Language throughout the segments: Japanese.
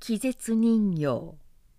気絶人形。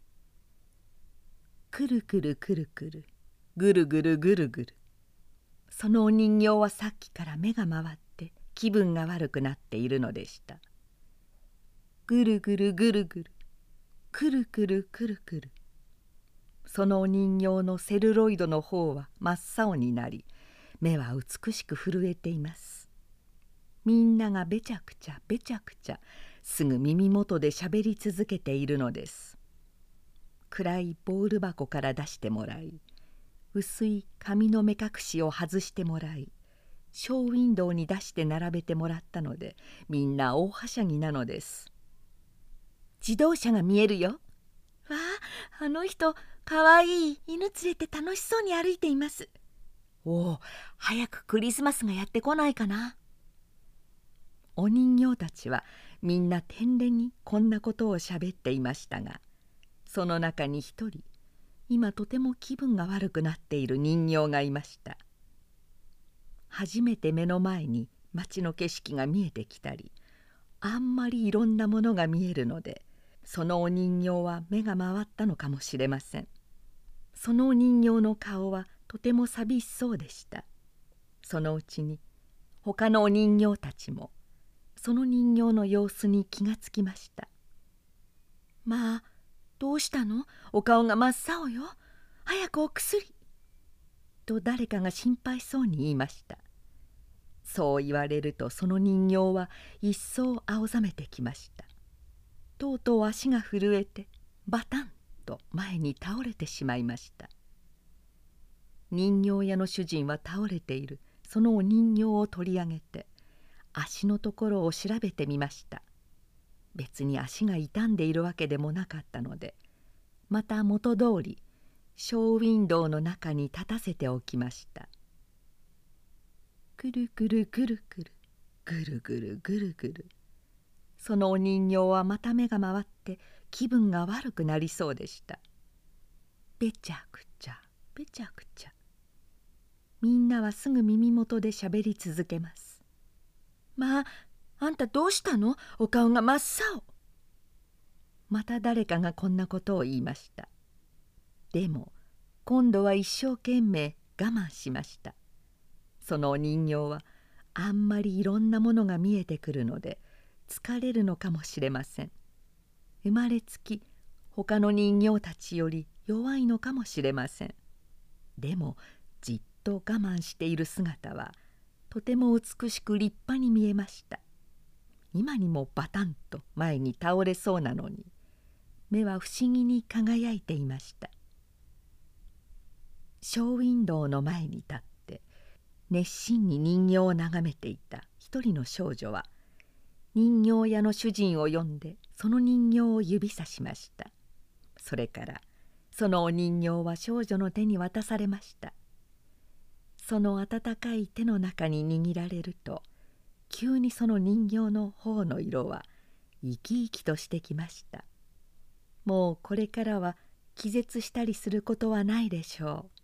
くるくるくるくる、ぐるぐるぐるぐる。そのお人形はさっきから目が回って気分が悪くなっているのでした。ぐるぐるぐるぐる、くるくるくるくる。そのお人形のセルロイドの方は真っ青になり、目は美しく震えています。みんながべちゃくちゃべちゃくちゃすぐ耳元でしゃべり続けているのです。暗いボール箱から出してもらい、薄い紙の目隠しを外してもらい、ショーウィンドウに出して並べてもらったので、みんな大はしゃぎなのです。自動車が見えるよ。わあ、あの人かわいい犬連れて楽しそうに歩いています。おお、早くクリスマスがやってこないかな。お人形たちはみんな天然にこんなことをしゃべっていましたが、その中に一人、今とても気分が悪くなっている人形がいました。初めて目の前に街の景色が見えてきたり、あんまりいろんなものが見えるので、そのお人形は目が回ったのかもしれません。そのお人形の顔はとても寂しそうでした。そのうちに他のお人形たちもその人形の様子に気がつきました。まあ、どうしたの？お顔が真っ青よ。早くお薬。と誰かが心配そうに言いました。そう言われるとその人形は一層青ざめてきました。とうとう足が震えてバタンと前に倒れてしまいました。人形屋の主人は倒れているそのお人形を取り上げて足のところを調べてみました。別に足が傷んでいるわけでもなかったので、また元通りショーウィンドウの中に立たせておきました。くるくるくるくる、ぐるぐるぐるぐる。そのお人形はまた目が回って気分が悪くなりそうでした。べちゃくちゃべちゃくちゃ。みんなはすぐ耳元でしゃべり続けます。まあ、あんたどうしたの？お顔が真っ青。また誰かがこんなことを言いました。でも今度は一生懸命我慢しました。そのお人形はあんまりいろんなものが見えてくるので疲れるのかもしれません。生まれつき他の人形たちより弱いのかもしれません。でもじっと我慢している姿はとても美しく立派に見えました。今にもバタンと前に倒れそうなのに、目は不思議に輝いていました。ショーウィンドウの前に立って熱心に人形を眺めていた一人の少女は、人形屋の主人を呼んでその人形を指さしました。それからそのお人形は少女の手に渡されました。その温かい手の中に握られると、急にその人形の頬の色は生き生きとしてきました。もうこれからは気絶したりすることはないでしょう。